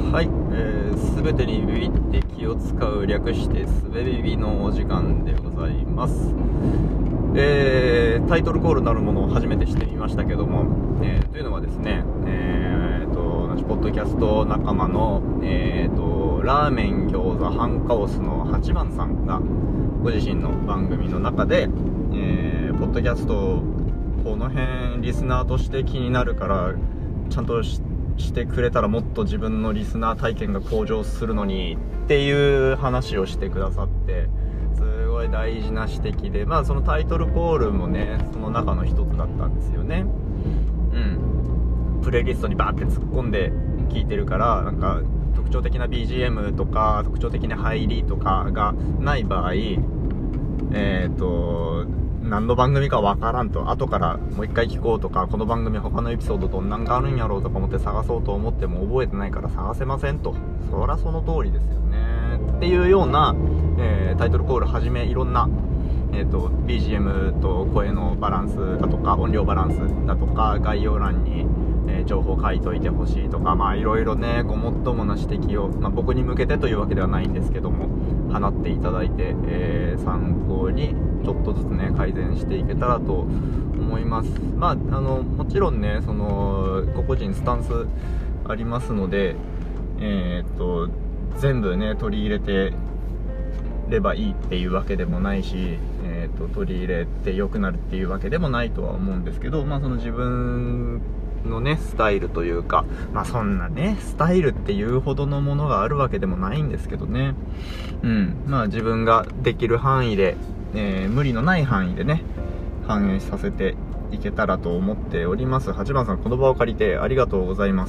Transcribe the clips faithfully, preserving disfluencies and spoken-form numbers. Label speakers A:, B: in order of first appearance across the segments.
A: はい、えー、全てにビビって気を使う、略してすべビビのお時間でございます。えー、タイトルコールなるものを初めてしてみましたけども、えー、というのはですね、えーと、ポッドキャスト仲間の、えーと、ラーメン餃子ハンカオスのはちばんさんがご自身の番組の中で、えー、ポッドキャストこの辺リスナーとして気になるからちゃんとししてくれたらもっと自分のリスナー体験が向上するのにっていう話をしてくださって、すごい大事な指摘で、まあそのタイトルコールもねその中の一つだったんですよね。うんプレイリストにバーって突っ込んで聞いてるから、なんか特徴的な ビージーエム とか特徴的な入りとかがない場合、えっと何の番組かわからんと、後からもう一回聞こうとか、この番組他のエピソードどんなんがあるんやろうとか思って探そうと思っても覚えてないから探せませんと、そりゃその通りですよねっていうような、えー、タイトルコールはじめいろんな、えー、と ビージーエム と声のバランスだとか音量バランスだとか概要欄に、えー、情報書いといてほしいとか、まあいろいろねごもっともな指摘を、まあ、僕に向けてというわけではないんですけども放っていただいて、えー、参考にちょっとずつね改善していけたらと思います。まああのもちろんねその個々人スタンスありますので、えー、っと全部ね取り入れてればいいっていうわけでもないし、えー、っと取り入れて良くなるっていうわけでもないとは思うんですけど、まあその自分のねスタイルというか、まあそんなねスタイルっていうほどのものがあるわけでもないんですけどね。うんまあ自分ができる範囲で、えー、無理のない範囲でね反映させていけたらと思っております。はちばんさんこの場を借りてありがとうございます。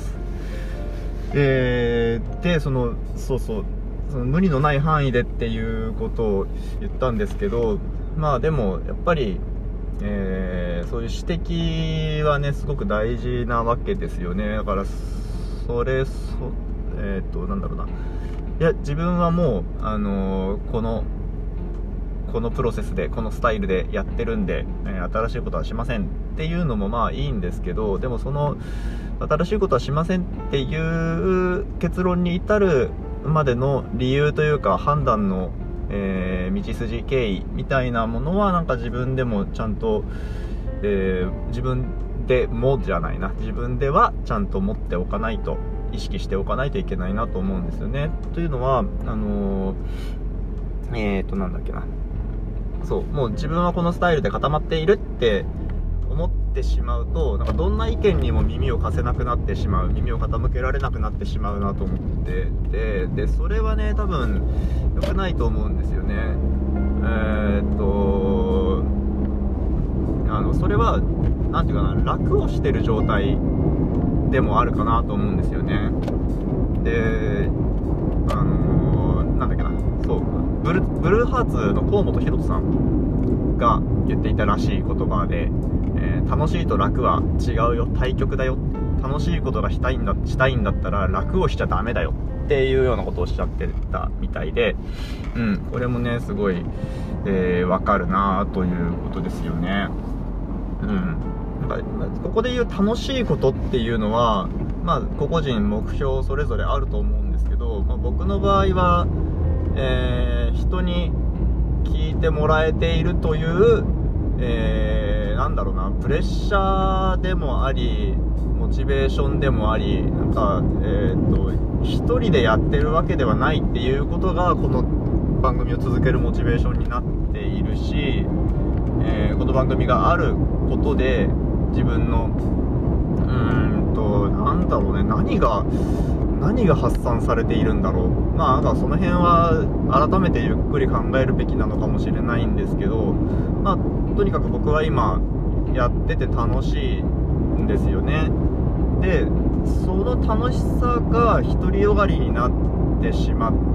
A: えー、でそのそうそうその無理のない範囲でっていうことを言ったんですけど、まあでもやっぱりえー、そういう指摘はねすごく大事なわけですよね。だからそれそえっとなんだろうな、いや自分はもうあのー、このこのプロセスでこのスタイルでやってるんで、えー、新しいことはしませんっていうのもまあいいんですけど、でもその新しいことはしませんっていう結論に至るまでの理由というか判断のえー、道筋経緯みたいなものはなんか自分でもちゃんと、えー、自分でもじゃないな自分ではちゃんと持っておかないと意識しておかないといけないなと思うんですよね。というのはあのー、えーとなんだっけなそうもう自分はこのスタイルで固まっているって思ってしまうと、なんかどんな意見にも耳を貸せなくなってしまう、耳を傾けられなくなってしまうなと思ってて、でそれはね多分良くないと思うんですよね。えー、っとあのそれはなんていうかな楽をしてる状態でもあるかなと思うんですよね。であのー、なんだっけなそうブル、ブルーハーツの河本大翔さんが言っていたらしい言葉で、えー、楽しいと楽は違うよ、対極だよ、楽しいことがしたいんだしたいんだったら楽をしちゃダメだよっていうようなことをおっしゃってたみたいで、うん、これもねすごい、えー、分かるなということですよね。うん、なんかここで言う楽しいことっていうのは、まあ個々人目標それぞれあると思うんですけど、まあ、僕の場合は、えー、人に聞いてもらえているという、えー、なんだろうなプレッシャーでもありモチベーションでもあり、なんかえー、っと一人でやってるわけではないっていうことがこの番組を続けるモチベーションになっているし、えー、この番組があることで自分のうーんとなんだろうね何が何が発散されているんだろう。まあなんかその辺は改めてゆっくり考えるべきなのかもしれないんですけど、まあとにかく僕は今やってて楽しいんですよね。でその楽しさが独りよがりになってしまって、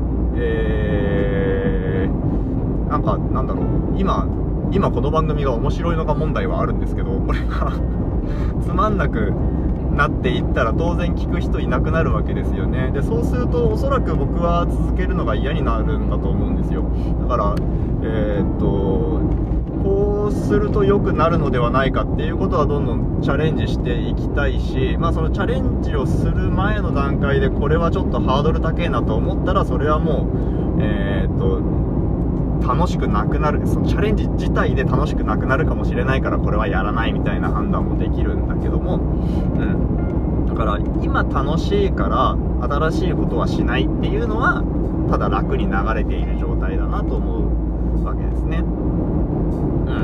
A: えー、なんかなんだろう今今この番組が面白いのか問題はあるんですけど、これがつまんなくなっていったら当然聞く人いなくなるわけですよね。でそうするとおそらく僕は続けるのが嫌になるんだと思うんですよ。だからえー、っとこうすると良くなるのではないかっていうことはどんどんチャレンジしていきたいし、まあ、そのチャレンジをする前の段階でこれはちょっとハードル高えなと思ったら、それはもうえー、っと楽しくなくなる、そのチャレンジ自体で楽しくなくなるかもしれないから、これはやらないみたいな判断もできるんだけども、うん、だから今楽しいから新しいことはしないっていうのはただ楽に流れている状態だなと思うわけですね。うん、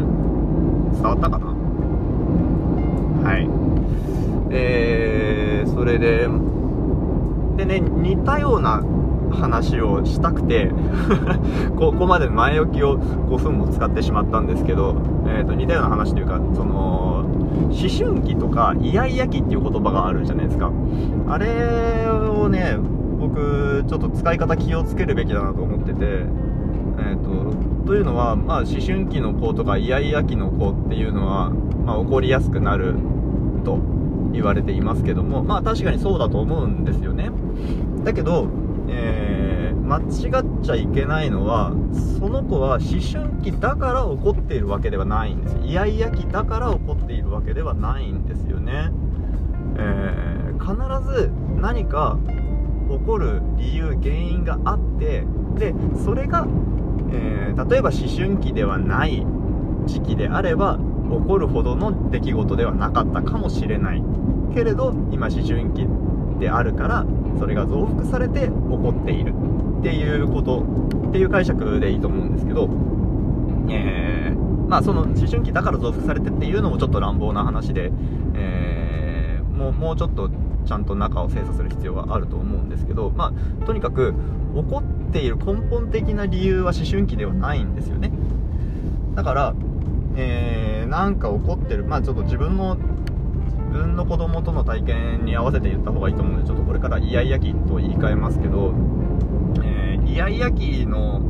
A: 伝わったかな。はい。えー、それででね、似たような話をしたくてここまで前置きをごふんも使ってしまったんですけど、えー、と似たような話というか、その思春期とかイヤイヤ期っていう言葉があるじゃないですか。あれをね、僕ちょっと使い方気をつけるべきだなと思ってて、えー、とというのは、まあ、思春期の子とかイヤイヤ期の子っていうのは、まあ、起こりやすくなると言われていますけども、まあ確かにそうだと思うんですよね。だけど、えー、間違っちゃいけないのは、その子は思春期だから起こっているわけではないんですよ。イヤイヤ期だから起こっているわけではないんですよね。えー、必ず何か起こる理由、原因があって、でそれが、えー、例えば思春期ではない時期であれば起こるほどの出来事ではなかったかもしれないけれど、今思春期であるからそれが増幅されて起こっているっていうことっていう解釈でいいと思うんですけど、えー、まあその思春期だから増幅されてっていうのもちょっと乱暴な話で、えー、もう、もうちょっとちゃんと中を精査する必要があると思うんですけど、まあとにかく起こっている根本的な理由は思春期ではないんですよね。だからえー、なんか起こってる、まあちょっと自分の自分の子供との体験に合わせて言った方がいいと思うので、ちょっとこれからイヤイヤ期と言い換えますけど、えー、イヤイヤ期の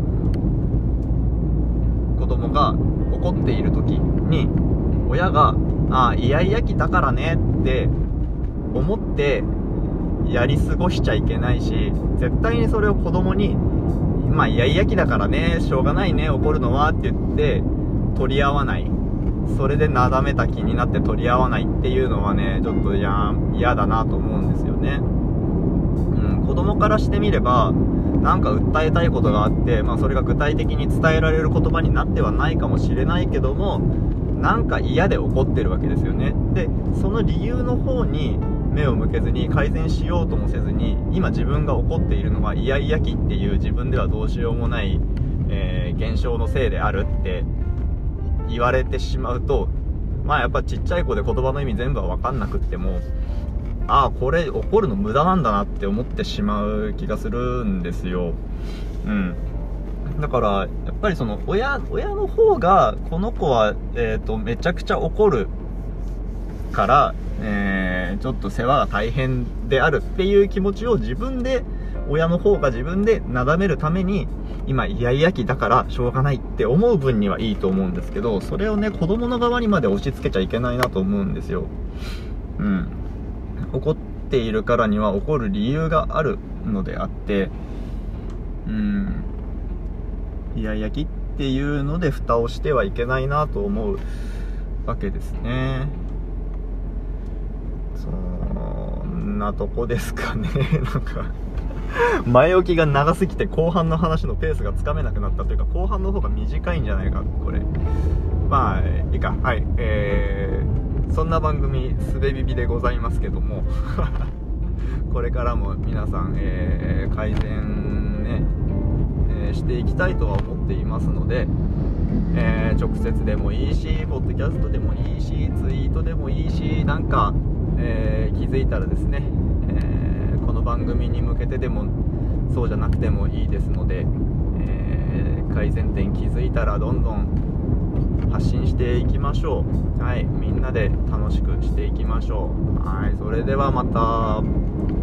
A: 子供が起こっている時に親があイヤイヤ期だからねって思ってやり過ごしちゃいけないし、絶対にそれを子供にまあイヤイヤ期だからね、しょうがないね起こるのはって言って取り合わない、それでなだめた気になって取り合わないっていうのはね、ちょっとや嫌だなと思うんですよね。うん、子供からしてみればなんか訴えたいことがあって、まあ、それが具体的に伝えられる言葉になってはないかもしれないけども、なんか嫌で怒ってるわけですよね。でその理由の方に目を向けずに改善しようともせずに、今自分が怒っているのはイヤイヤ期っていう自分ではどうしようもない、えー、現象のせいであるって言われてしまうと、まあやっぱちっちゃい子で言葉の意味全部は分かんなくっても、ああこれ怒るの無駄なんだなって思ってしまう気がするんですよ。うんだからやっぱりその親親の方がこの子は、えーとめちゃくちゃ怒るから、えー、ちょっと世話が大変であるっていう気持ちを自分で、親の方が自分でなだめるために今イヤイヤ期だからしょうがないって思う分にはいいと思うんですけど、それをね子供の側にまで押し付けちゃいけないなと思うんですよ。うん怒っているからには怒る理由があるのであって、うんイヤイヤ期っていうので蓋をしてはいけないなと思うわけですね。そんなとこですかね。なんか前置きが長すぎて後半の話のペースがつかめなくなったというか、後半の方が短いんじゃないかこれ。まあいいか。はい、えー、そんな番組すべビビでございますけどもこれからも皆さん、えー、改善ね、えー、していきたいとは思っていますので、えー、直接でもいいしポッドキャストでもいいしツイートでもいいし、なんか、えー、気づいたらですね、えー、この番組に向けてでもそうじゃなくてもいいですので、えー、改善点気づいたらどんどん発信していきましょう。はい、みんなで楽しくしていきましょう。はい、それではまた。